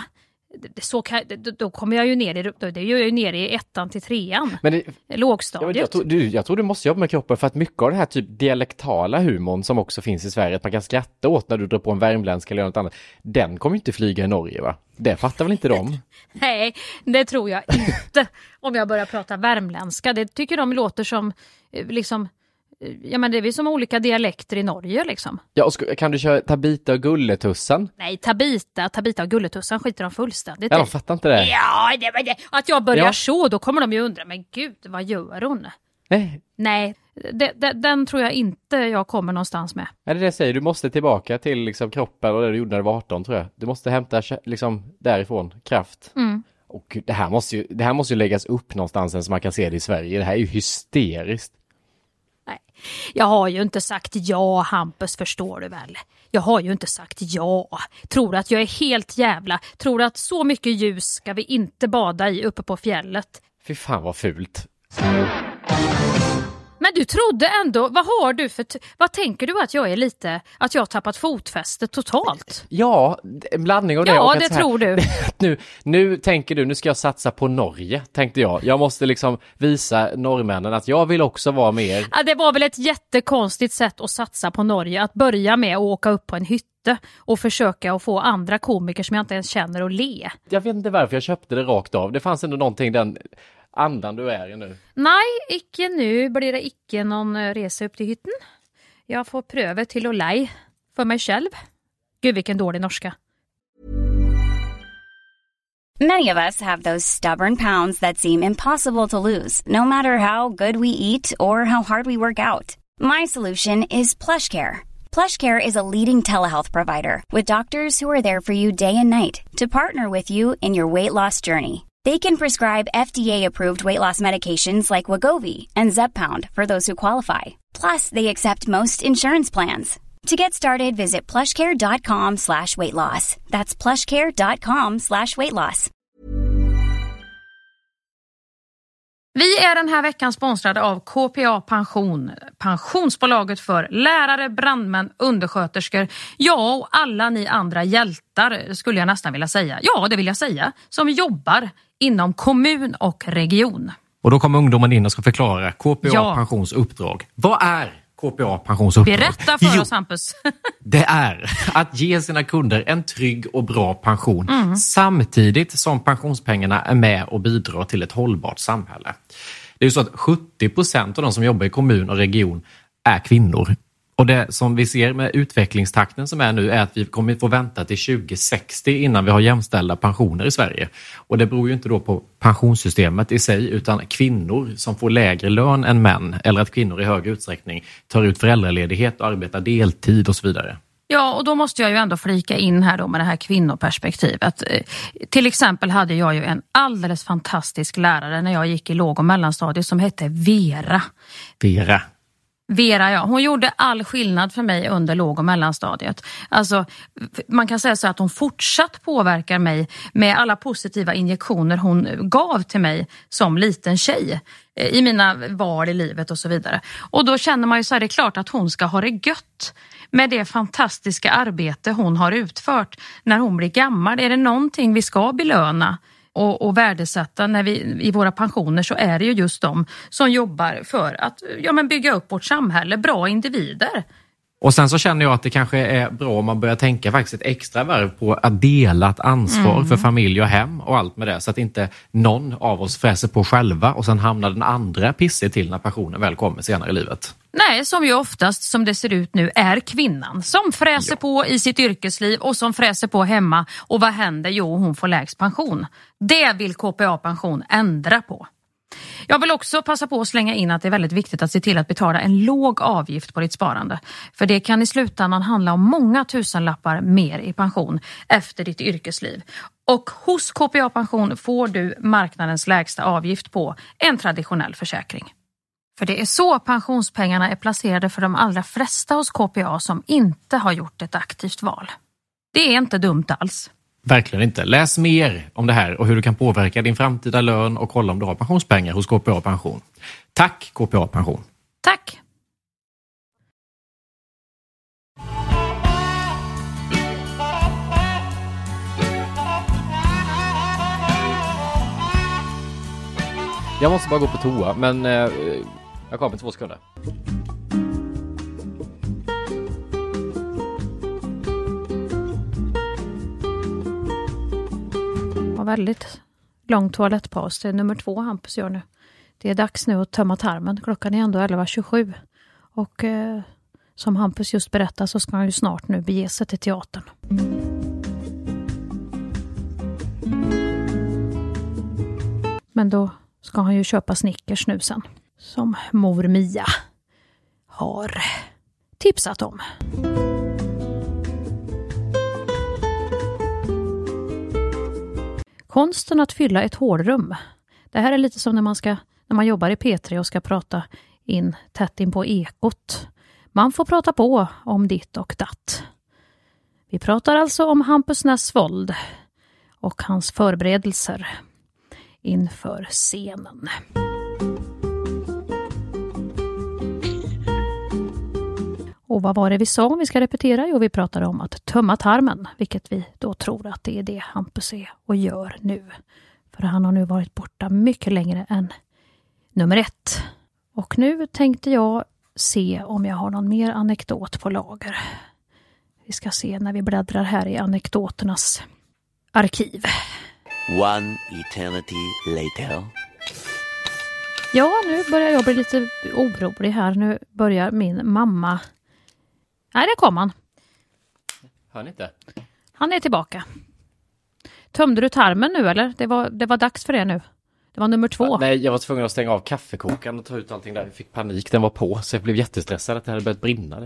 Då kommer jag ju ner i 1:an till 3:an. Men lågstadiet. Jag tror du måste jobba med kroppen, för att mycket av det här typ dialektala humorn som också finns i Sverige, att man kan skratta åt när du drar på en värmländska eller något annat, den kommer inte flyga i Norge, va? Det fattar väl inte de? Nej, det tror jag inte. Om jag börjar prata värmländska, det tycker de låter som liksom... Ja, men det är väl som olika dialekter i Norge liksom. Ja, och kan du köra Tabita och Gulletussan? Nej, Tabita och Gulletussan skiter de fullständigt i. Ja, de fattar inte det. Ja, det. Att jag börjar så, då kommer de ju undra, men gud, vad gör hon? Nej, den tror jag inte jag kommer någonstans med. Nej, det säger, du måste tillbaka till liksom kroppen och det du gjorde när du var 18, tror jag. Du måste hämta liksom därifrån kraft. Och det här måste ju läggas upp någonstans så man kan se det i Sverige. Det här är ju hysteriskt. Nej, jag har ju inte sagt ja, Hampus, förstår du väl? Jag har ju inte sagt ja. Tror du att jag är helt jävla? Tror du att så mycket ljus ska vi inte bada i uppe på fjället? Fy fan vad fult. Men du trodde ändå, vad tänker du att jag är lite, att jag har tappat fotfästet totalt? Ja, en blandning av det. Ja, det tror du. Nu tänker du, nu ska jag satsa på Norge, tänkte jag. Jag måste liksom visa norrmännen att jag vill också vara mer. Ja, det var väl ett jättekonstigt sätt att satsa på Norge, att börja med att åka upp på en hytte och försöka att få andra komiker som jag inte ens känner att le. Jag vet inte varför jag köpte det rakt av. Det fanns ändå någonting den andan du är i nu. Nej, icke nu blir det icke någon resa upp till hytten. Jag får pröva till att lej för mig själv. Gud, vilken dålig norska. Many of us have those stubborn pounds that seem impossible to lose, no matter how good we eat or how hard we work out. My solution is PlushCare. PlushCare is a leading telehealth provider with doctors who are there for you day and night to partner with you in your weight loss journey. They can prescribe FDA-approved weight loss medications like Wegovy and Zepbound for those who qualify. Plus, they accept most insurance plans. To get started, visit plushcare.com/weightloss. That's plushcare.com/weightloss. Vi är den här veckan sponsrade av KPA Pension, pensionsbolaget för lärare, brandmän, undersköterskor, ja och alla ni andra hjältar skulle jag nästan vilja säga. Ja, det vill jag säga, som jobbar inom kommun och region. Och då kommer ungdomen in och ska förklara KPA Pensions uppdrag. Vad är KPA Pensions uppdrag? Berätta för oss, Hampus. Det är att ge sina kunder en trygg och bra pension samtidigt som pensionspengarna är med och bidrar till ett hållbart samhälle. Det är ju så att 70% av de som jobbar i kommun och region är kvinnor. Och det som vi ser med utvecklingstakten som är nu är att vi kommer få vänta till 2060 innan vi har jämställda pensioner i Sverige. Och det beror ju inte då på pensionssystemet i sig utan kvinnor som får lägre lön än män eller att kvinnor i hög utsträckning tar ut föräldraledighet och arbetar deltid och så vidare. Ja, och då måste jag ju ändå flika in här då med det här kvinnoperspektivet. Till exempel hade jag ju en alldeles fantastisk lärare när jag gick i låg- och mellanstadiet som hette Vera. Vera, ja. Hon gjorde all skillnad för mig under låg- och mellanstadiet. Alltså, man kan säga så att hon fortsatt påverkar mig med alla positiva injektioner hon gav till mig som liten tjej i mina val i livet och så vidare. Och då känner man ju så här, det är klart att hon ska ha det gött med det fantastiska arbete hon har utfört när hon blir gammal. Är det någonting vi ska belöna och värdesätta när vi i våra pensioner, så är det ju just de som jobbar för att bygga upp vårt samhälle, bra individer. Och sen så känner jag att det kanske är bra om man börjar tänka faktiskt ett extra varv på att dela ett ansvar för familj och hem och allt med det. Så att inte någon av oss fräser på själva och sen hamnar den andra pissig till när pensionen väl kommer senare i livet. Nej, som ju oftast som det ser ut nu är kvinnan som fräser på i sitt yrkesliv och som fräser på hemma. Och vad händer? Jo, hon får lägst pension. Det vill KPA Pension ändra på. Jag vill också passa på att slänga in att det är väldigt viktigt att se till att betala en låg avgift på ditt sparande. För det kan i slutändan handla om många tusenlappar mer i pension efter ditt yrkesliv. Och hos KPA Pension får du marknadens lägsta avgift på en traditionell försäkring. För det är så pensionspengarna är placerade för de allra flesta hos KPA som inte har gjort ett aktivt val. Det är inte dumt alls. Verkligen inte. Läs mer om det här och hur du kan påverka din framtida lön och kolla om du har pensionspengar hos KPA Pension. Tack KPA Pension. Tack. Jag måste bara gå på toa, men jag kommer 2 sekunder. Väldigt lång toalettpaus. Det är nummer 2 Hampus gör nu. Det är dags nu att tömma tarmen. Klockan är ändå 11:27. Och som Hampus just berättade så ska han ju snart nu bege sig till teatern. Men då ska han ju köpa Snickers nu sen. Som mor Mia har tipsat om. Konsten att fylla ett hålrum. Det här är lite som när man jobbar i P3 och ska prata in tätt in på ekot. Man får prata på om ditt och datt. Vi pratar alltså om Hampus Nessvold och hans förberedelser inför scenen. Och vad var det vi sa om vi ska repetera? Jo, vi pratade om att tömma tarmen, vilket vi då tror att det är det Hampus är och gör nu. För han har nu varit borta mycket längre än nummer 1. Och nu tänkte jag se om jag har någon mer anekdot på lager. Vi ska se när vi bläddrar här i anekdoternas arkiv. One eternity later. Ja, nu börjar jag bli lite orolig här. Nu börjar min mamma... Nej, där kom han. Hör ni inte? Han är tillbaka. Tömde du tarmen nu eller? Det var dags för det nu. Det var nummer 2. Nej, jag var tvungen att stänga av kaffekokaren och ta ut allting där. Jag fick panik, den var på. Så jag blev jättestressad att det hade börjat brinna.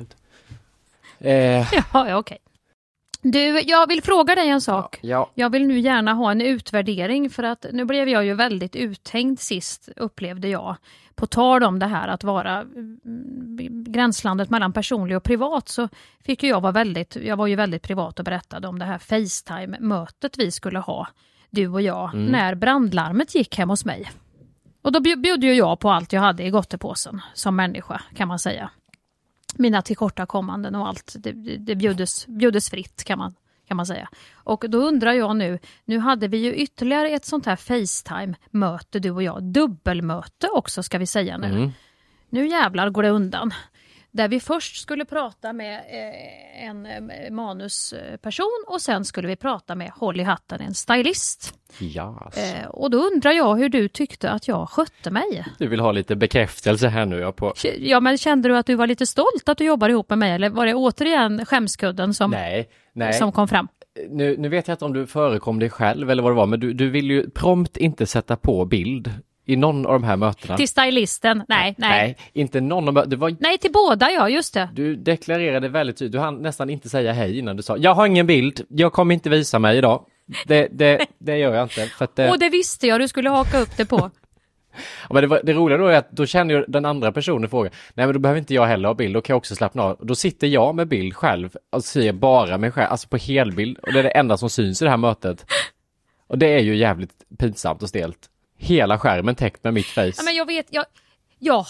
Ja, okej. Du, jag vill fråga dig en sak. Ja. Jag vill nu gärna ha en utvärdering för att nu blev jag ju väldigt uthängd sist, upplevde jag. På tal om det här att vara gränslandet mellan personlig och privat så fick jag var ju väldigt privat och berättade om det här FaceTime-mötet vi skulle ha, du och jag, när brandlarmet gick hem hos mig. Och då bjöd ju jag på allt jag hade i gottepåsen som människa, kan man säga. Mina tillkortakommanden och allt, det bjudes fritt kan man säga. Och då undrar jag nu hade vi ju ytterligare ett sånt här FaceTime-möte, du och jag. Dubbelmöte också ska vi säga nu. Nu jävlar går det undan. Där vi först skulle prata med en manusperson och sen skulle vi prata med håll i hatten, en stylist. Yes. Och då undrar jag hur du tyckte att jag skötte mig. Du vill ha lite bekräftelse här nu. Ja, men kände du att du var lite stolt att du jobbar ihop med mig eller var det återigen skämskudden som kom fram? Nu vet jag inte om du förekom dig själv eller vad det var, men du vill ju prompt inte sätta på bild i någon av de här mötena. Till stylisten? Nej. Inte någon av dem. Nej, till båda, ja, just det. Du deklarerade väldigt tydligt. Du hann nästan inte säga hej innan du sa jag har ingen bild, jag kommer inte visa mig idag. Det gör jag inte. För att, och det visste jag du skulle haka upp det på. Men det roliga då är att då känner ju den andra personen fråga. Nej, men då behöver inte jag heller ha bild, då kan jag också slappna av. Då sitter jag med bild själv och ser bara mig själv, alltså på helbild. Och det är det enda som syns i det här mötet. Och det är ju jävligt pinsamt och stelt. Hela skärmen täckt med mitt face. Ja, men jag vet, jag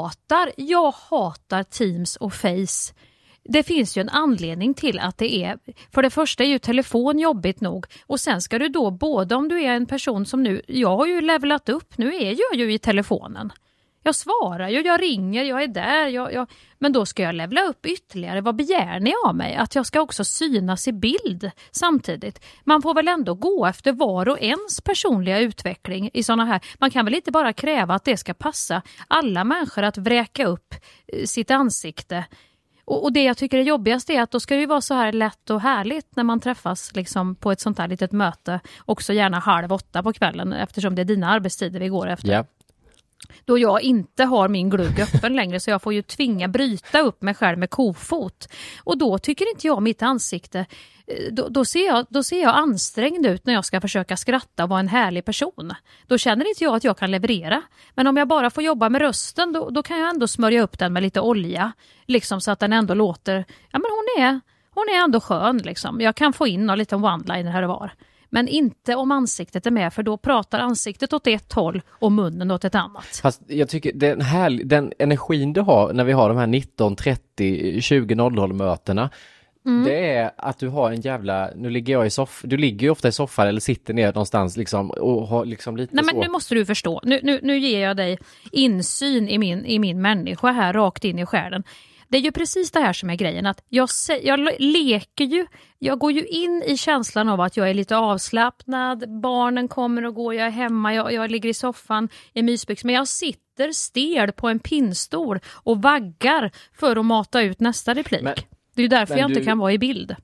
hatar Teams och Face. Det finns ju en anledning till att det är, för det första är ju telefon jobbigt nog och sen ska du då både om du är en person som nu, jag har ju levlat upp, nu är jag ju i telefonen. Jag svarar ju, jag ringer, jag är där, men då ska jag levla upp ytterligare. Vad begär ni av mig? Att jag ska också synas i bild samtidigt. Man får väl ändå gå efter var och ens personliga utveckling i sådana här. Man kan väl inte bara kräva att det ska passa alla människor att vräka upp sitt ansikte. Och det jag tycker är jobbigast är att då ska det ju vara så här lätt och härligt när man träffas liksom på ett sånt här litet möte. Också gärna 7:30 på kvällen eftersom det är dina arbetstider vi går efter. Yeah. Då jag inte har min glugg öppen längre så jag får ju bryta upp mig själv med kofot. Och då tycker inte jag mitt ansikte, då ser jag ansträngd ut när jag ska försöka skratta och vara en härlig person. Då känner inte jag att jag kan leverera. Men om jag bara får jobba med rösten då kan jag ändå smörja upp den med lite olja. Liksom så att den ändå låter, ja men hon är ändå skön liksom. Jag kan få in någon liten one-liner här och var. Men inte om ansiktet är med, för då pratar ansiktet åt ett håll och munnen åt ett annat. Fast jag tycker den energin du har när vi har de här 19:30, 20:00 mötena, det är att du har en jävla, nu ligger jag i du ligger ju ofta i soffan eller sitter ner någonstans liksom och har liksom lite. Nej, men nu måste du förstå. Nu ger jag dig insyn i min människa här rakt in i själen. Det är ju precis det här som är grejen, att jag leker ju, jag går ju in i känslan av att jag är lite avslappnad, barnen kommer och går, jag är hemma, jag ligger i soffan i mysbyx, men jag sitter stel på en pinnstol och vaggar för att mata ut nästa replik. Det är ju därför jag inte kan vara i bild.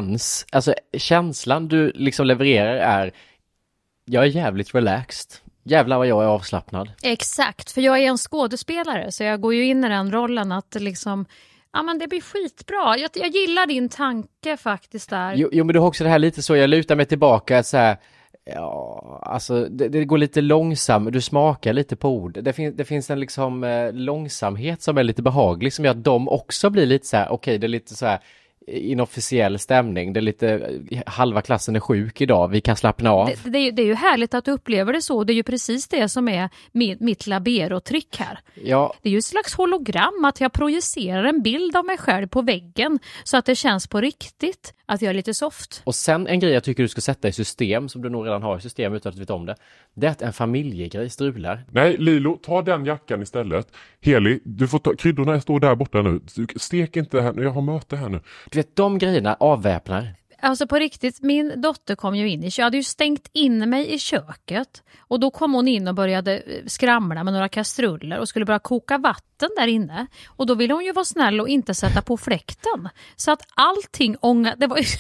Känslan du liksom levererar är, jag är jävligt relaxed. Jävlar vad jag är avslappnad. Exakt, för jag är en skådespelare så jag går ju in i den rollen att liksom, ja men det blir skitbra. Jag gillar din tanke faktiskt där. Jo, men du har också det här lite så, jag lutar mig tillbaka så här, ja, alltså det går lite långsamt, du smakar lite på ord. Det finns en liksom långsamhet som är lite behaglig som gör att de också blir lite så här, okej, det är lite så här inofficiell stämning. Det är lite, halva klassen är sjuk idag, vi kan slappna av. Det är ju härligt att du upplever det så. Det är ju precis det som är mitt labero-trick här. Ja. Det är ju ett slags hologram, att jag projicerar en bild av mig själv på väggen så att det känns på riktigt, att jag är lite soft. Och sen en grej jag tycker du ska sätta i system, som du nog redan har i system utan att du vet om det, det är att en familjegrej strular. Nej, Lilo, ta den jackan istället. Heli, du får ta, kryddorna står där borta nu. Stek inte här nu, jag har möte här nu. Du vet, de grejerna avväpnar. Alltså på riktigt, min dotter kom ju in jag hade ju stängt in mig i köket och då kom hon in och började skramla med några kastruller och skulle börja koka vatten där inne. Och då ville hon ju vara snäll och inte sätta på fläkten. Så att allting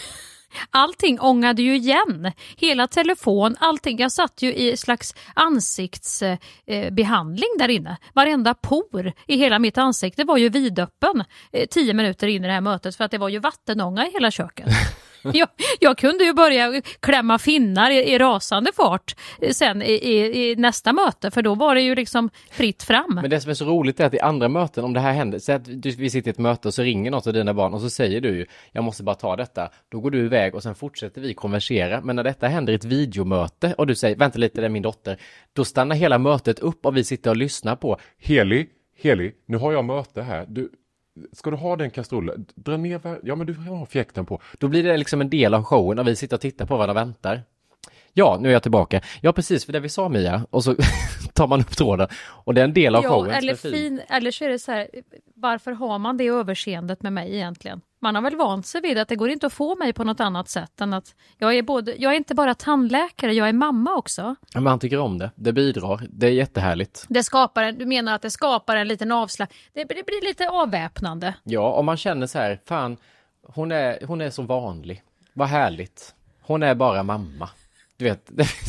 allting ångade ju igen. Hela telefon, allting. Jag satt ju i slags ansiktsbehandling där inne. Varenda por i hela mitt ansikte var ju vidöppen 10 minuter in i det här mötet för att det var ju vattenånga i hela köket. Jag kunde ju börja klämma finnar i rasande fart sen i nästa möte, för då var det ju liksom fritt fram. Men det som är så roligt är att i andra möten, om det här händer, så att vi sitter i ett möte och så ringer något av dina barn och så säger du ju, jag måste bara ta detta, då går du iväg och sen fortsätter vi konversera. Men när detta händer i ett videomöte och du säger, vänta lite, det är min dotter, då stannar hela mötet upp och vi sitter och lyssnar på. Heli, nu har jag möte här. Ska du ha den kastrullen? Dra ner, ja men du har fjäkten på. Då blir det liksom en del av showen och vi sitter och tittar på vad de väntar. Ja, nu är jag tillbaka. Ja, precis, för det vi sa, Mia. Och så tar man upp tråden. Och det är en del av showen. Eller så är det så här, varför har man det överseendet med mig egentligen? Man har väl vant sig vid att det går inte att få mig på något annat sätt än att jag är inte bara tandläkare, jag är mamma också. Ja, men han tycker om det. Det bidrar. Det är jättehärligt. Du menar att det skapar en liten avslag. Det blir lite avväpnande. Ja, om man känner så här, fan, hon är så vanlig. Vad härligt. Hon är bara mamma. Du vet,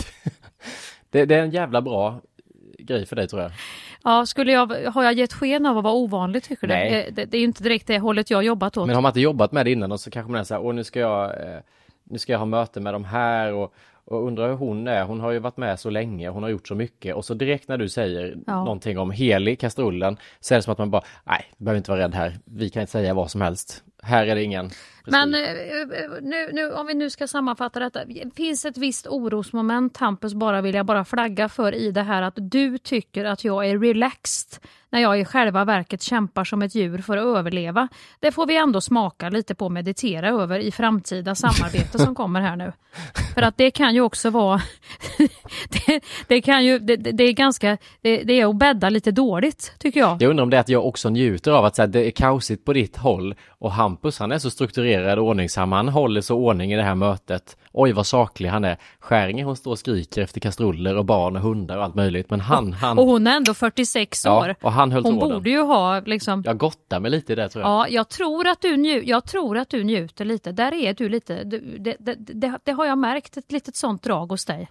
det är en jävla bra grej för dig, tror jag. Ja, har jag gett sken av att vara ovanlig, tycker du? Det är ju inte direkt det hållet jag har jobbat åt. Men har man inte jobbat med det innan och så kanske man är så här, nu ska jag ha möte med de här och undrar hur hon är. Hon har ju varit med så länge, hon har gjort så mycket. Och så direkt när du säger någonting om Heli, kastrullen, så är det som att man bara, nej, du behöver inte vara rädd här. Vi kan inte säga vad som helst. Här är det ingen. Precis. Men nu, om vi nu ska sammanfatta detta, finns ett visst orosmoment, Hampus, vill jag bara flagga för i det här att du tycker att jag är relaxed när jag i själva verket kämpar som ett djur för att överleva. Det får vi ändå smaka lite på och meditera över i framtida samarbete som kommer här nu. För att det kan ju också vara det är att bädda lite dåligt, tycker jag. Jag undrar om det är att jag också njuter av att så här, det är kaosigt på ditt håll och Hampus, han är så strukturerad och ordningsam, han håller så ordning i det här mötet. Oj, vad saklig han är. Skäringen, hon står och skriker efter kastruller och barn och hundar och allt möjligt. Men han... Och hon är ändå 46 år. Och han höll hon tråden. Borde ju ha liksom... Jag gottar mig lite i det, tror jag. Ja, jag tror att du njuter lite. Där är du lite... Det har jag märkt, ett litet sånt drag hos dig.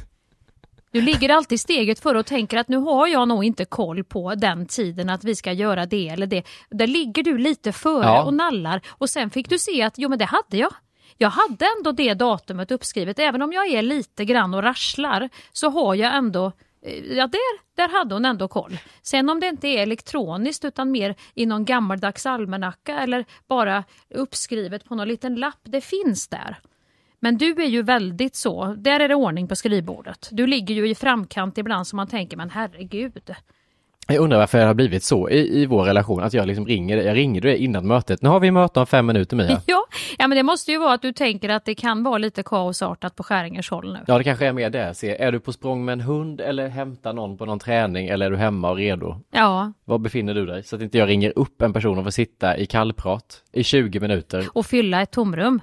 Du ligger alltid steget för och tänker att nu har jag nog inte koll på den tiden att vi ska göra det eller det. Där ligger du lite före och nallar. Och sen fick du se att, men det hade jag. Jag hade ändå det datumet uppskrivet. Även om jag är lite grann och rasslar så har jag ändå... Ja, där hade hon ändå koll. Sen om det inte är elektroniskt utan mer i någon gammaldags almanacka eller bara uppskrivet på någon liten lapp, det finns där. Men du är ju väldigt så, där är det ordning på skrivbordet. Du ligger ju i framkant ibland som man tänker, men herregud. Jag undrar varför det har blivit så i vår relation att jag liksom ringer dig innan mötet. Nu har vi möte om 5 minuter, Mia. Ja, men det måste ju vara att du tänker att det kan vara lite kaosartat på Skäringers håll nu. Ja, det kanske är mer det. Är du på språng med en hund eller hämtar någon på någon träning eller är du hemma och redo? Ja. Var befinner du dig? Så att inte jag ringer upp en person och får sitta i kallprat i 20 minuter. Och fylla ett tomrum.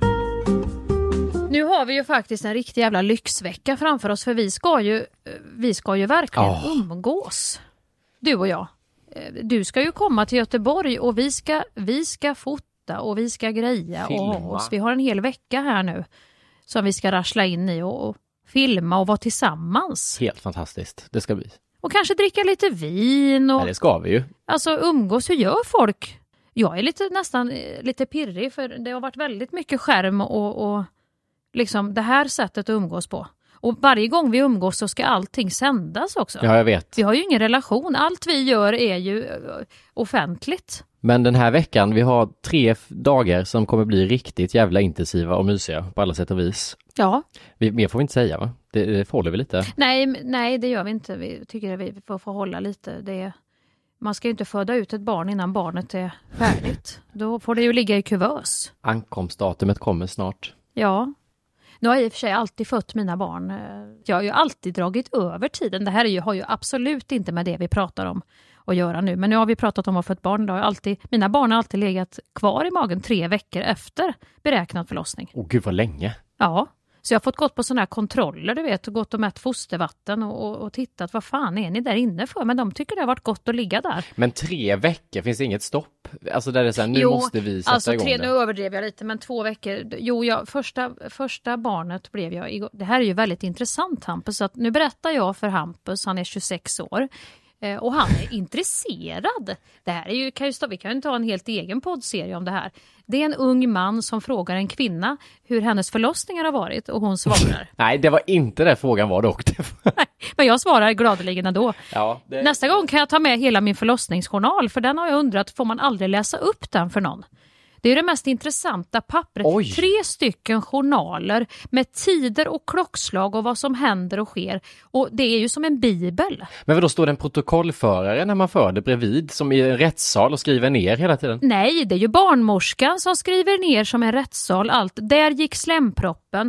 Nu har vi ju faktiskt en riktig jävla lyxvecka framför oss, för vi ska ju verkligen umgås. Du och jag. Du ska ju komma till Göteborg och vi ska fota och vi ska greja och oss. Vi har en hel vecka här nu som vi ska rassla in i och filma och vara tillsammans. Helt fantastiskt, det ska bli. Och kanske dricka lite vin. Och, det ska vi ju. Alltså umgås, hur gör folk? Jag är nästan lite pirrig, för det har varit väldigt mycket skärm och liksom det här sättet att umgås på. Och varje gång vi umgås så ska allting sändas också. Ja, jag vet. Vi har ju ingen relation. Allt vi gör är ju offentligt. Men den här veckan, vi har 3 dagar som kommer bli riktigt jävla intensiva och mysiga på alla sätt och vis. Ja. Mer får vi inte säga, va? Det håller vi lite. Nej, det gör vi inte. Vi tycker att vi får hålla lite. Man ska ju inte föda ut ett barn innan barnet är färdigt. Då får det ju ligga i kuvös. Ankomstdatumet kommer snart. Ja. Nu har jag i och för sig alltid fött mina barn. Jag har ju alltid dragit över tiden. Det här har ju absolut inte med det vi pratar om att göra nu. Men nu har vi pratat om att få ett barn. Mina barn har alltid legat kvar i magen 3 veckor efter beräknad förlossning. Åh gud, vad länge. Ja, Så jag har fått gått på sådana här kontroller, du vet, och gått och mätt fostervatten och tittat, vad fan är ni där inne för? Men de tycker det har varit gott att ligga där. Men 3 veckor, finns det inget stopp? Alltså där det är så här, nu måste vi sätta igång det. Nu överdrev jag lite, men 2 veckor. Jo, första barnet blev jag. Det här är ju väldigt intressant, Hampus. Så att nu berättar jag för Hampus, han är 26 år. Och han är intresserad. Det här är ju, vi kan ju ta en helt egen poddserie om det här. Det är en ung man som frågar en kvinna hur hennes förlossningar har varit och hon svarar. Nej, det var inte det frågan var dock. Nej, men jag svarar gladeligen ändå. Ja, Nästa gång kan jag ta med hela min förlossningsjournal, för den har jag undrat, får man aldrig läsa upp den för någon? Det är det mest intressanta pappret. Oj. 3 stycken journaler med tider och klockslag och vad som händer och sker. Och det är ju som en bibel. Men då står det en protokollförare när man för det bredvid som i en rättssal och skriver ner hela tiden? Nej, det är ju barnmorskan som skriver ner som en rättssal allt. Där gick slemproppen.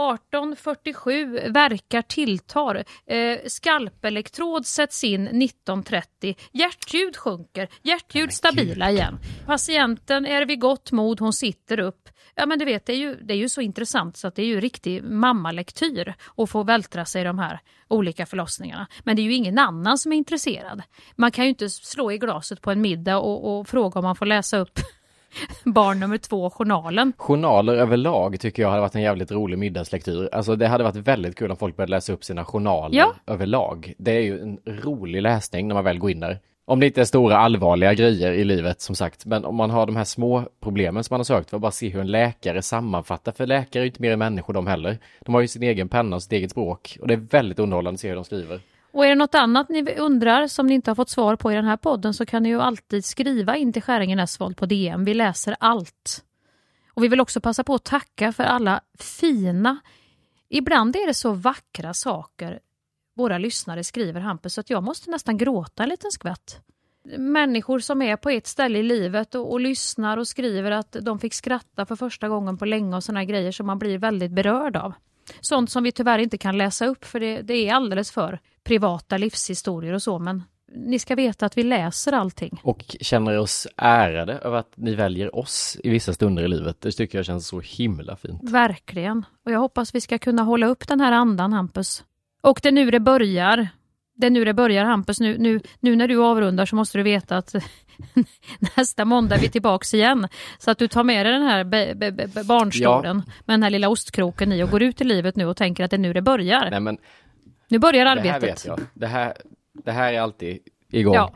1847 verkar tilltar. Skalpelektrod sätts in 1930. Hjärtljud sjunker. Hjärtljud stabila igen. Patienten är vid gott mod, hon sitter upp. Ja, men du vet, det är ju så intressant så att det är ju riktig mammalektyr att få vältra sig i de här olika förlossningarna. Men det är ju ingen annan som är intresserad. Man kan ju inte slå i glaset på en middag och fråga om man får läsa upp barn nummer 2 journalen. Journaler överlag tycker jag hade varit en jävligt rolig middagslektyr. Alltså det hade varit väldigt kul om folk började läsa upp sina journaler överlag. Det är ju en rolig läsning när man väl går in där. Om det inte är stora allvarliga grejer i livet som sagt. Men om man har de här små problemen som man har sökt för att bara se hur en läkare sammanfattar. För läkare är ju inte mer än människor de heller. De har ju sin egen penna och sitt eget språk. Och det är väldigt underhållande att se hur de skriver. Och är det något annat ni undrar som ni inte har fått svar på i den här podden, så kan ni ju alltid skriva in till Skäringen Esvold på DM. Vi läser allt. Och vi vill också passa på att tacka för alla fina, ibland är det så vackra saker våra lyssnare skriver, Hampus, så att jag måste nästan gråta en liten skvätt. Människor som är på ett ställe i livet och lyssnar och skriver att de fick skratta för första gången på länge och såna grejer som man blir väldigt berörd av. Sånt som vi tyvärr inte kan läsa upp, för det är alldeles för privata livshistorier och så, men ni ska veta att vi läser allting. Och känner oss ärade över att ni väljer oss i vissa stunder i livet. Det tycker jag känns så himla fint. Verkligen. Och jag hoppas vi ska kunna hålla upp den här andan, Hampus. Och det är nu det börjar. Det är nu det börjar, Hampus. Nu när du avrundar så måste du veta att nästa måndag är vi tillbaks igen. Så att du tar med dig den här barnstolen med den här lilla ostkroken i och går ut i livet nu och tänker att det är nu det börjar. Nej, men nu börjar arbetet. Det här vet jag. Det här är alltid igång. Ja.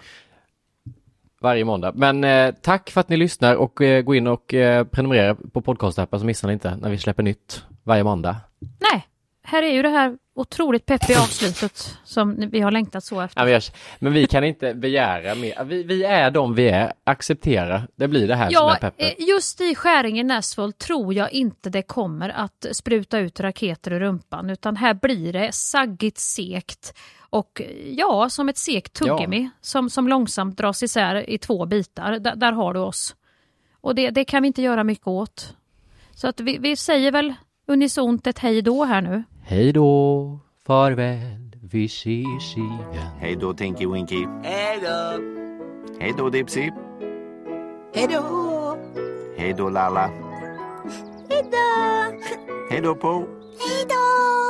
Varje måndag. Men tack för att ni lyssnar och gå in och prenumerera på podcastappen så missar ni inte när vi släpper nytt varje måndag. Nej, här är ju det här otroligt peppiga avslutet som vi har längtat så efter. Ja, men vi kan inte begära mer. Vi är de vi är. Acceptera. Det blir det här som är peppet. Just i Skäringen Esvold tror jag inte det kommer att spruta ut raketer ur rumpan, utan här blir det saggigt, sekt och som ett sekt tuggummi som långsamt dras isär i 2 bitar. Där har du oss. Och det kan vi inte göra mycket åt. Så att vi säger väl unisont ett hej då här nu. Hej då, farväl, vi ses igen. Hej då, Tinky Winky. Hej då. Hej då, Dipsy. Hej då. Hej då, Lalla. Hej då. Hej då, Po. Hej då.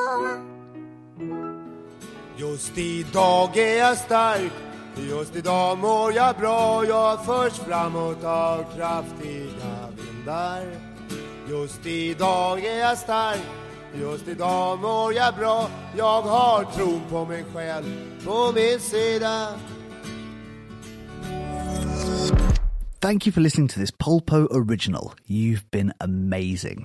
Just idag är jag stark. Just idag mår jag bra. Jag förs framåt av kraftiga vindar. Just idag är jag stark. Just idag mår jag bra. Jag har tron på mig själv på min sida. Thank you for listening to this Polpo original. You've been amazing.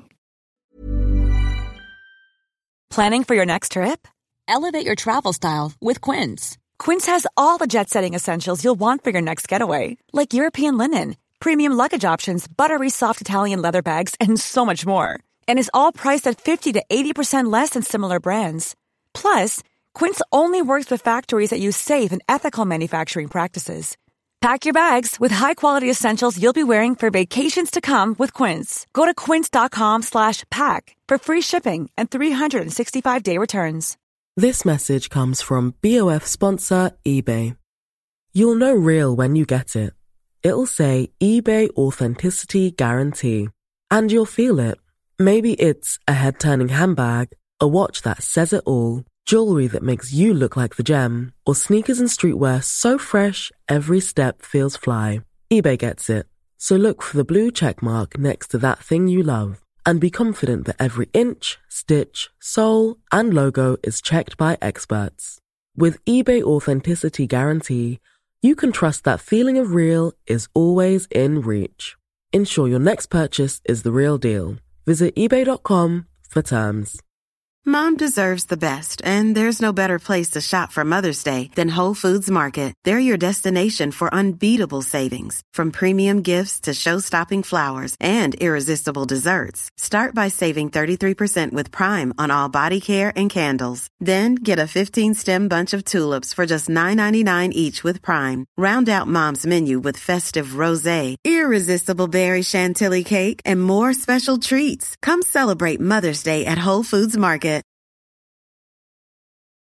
Planning for your next trip? Elevate your travel style with Quince. Quince has all the jet-setting essentials you'll want for your next getaway, like European linen, premium luggage options, buttery soft Italian leather bags, and so much more. And is all priced at 50 to 80% less than similar brands. Plus, Quince only works with factories that use safe and ethical manufacturing practices. Pack your bags with high-quality essentials you'll be wearing for vacations to come with Quince. Go to quince.com/pack for free shipping and 365-day returns. This message comes from BOF sponsor eBay. You'll know real when you get it. It'll say eBay Authenticity Guarantee. And you'll feel it. Maybe it's a head-turning handbag, a watch that says it all, jewelry that makes you look like the gem, or sneakers and streetwear so fresh every step feels fly. eBay gets it. So look for the blue check mark next to that thing you love and be confident that every inch, stitch, sole, and logo is checked by experts. With eBay Authenticity Guarantee, you can trust that feeling of real is always in reach. Ensure your next purchase is the real deal. Visit ebay.com for terms. Mom deserves the best, and there's no better place to shop for Mother's Day than Whole Foods Market. They're your destination for unbeatable savings, from premium gifts to show-stopping flowers and irresistible desserts. Start by saving 33% with Prime on all body care and candles. Then get a 15-stem bunch of tulips for just $9.99 each with Prime. Round out Mom's menu with festive rosé, irresistible berry chantilly cake, and more special treats. Come celebrate Mother's Day at Whole Foods Market.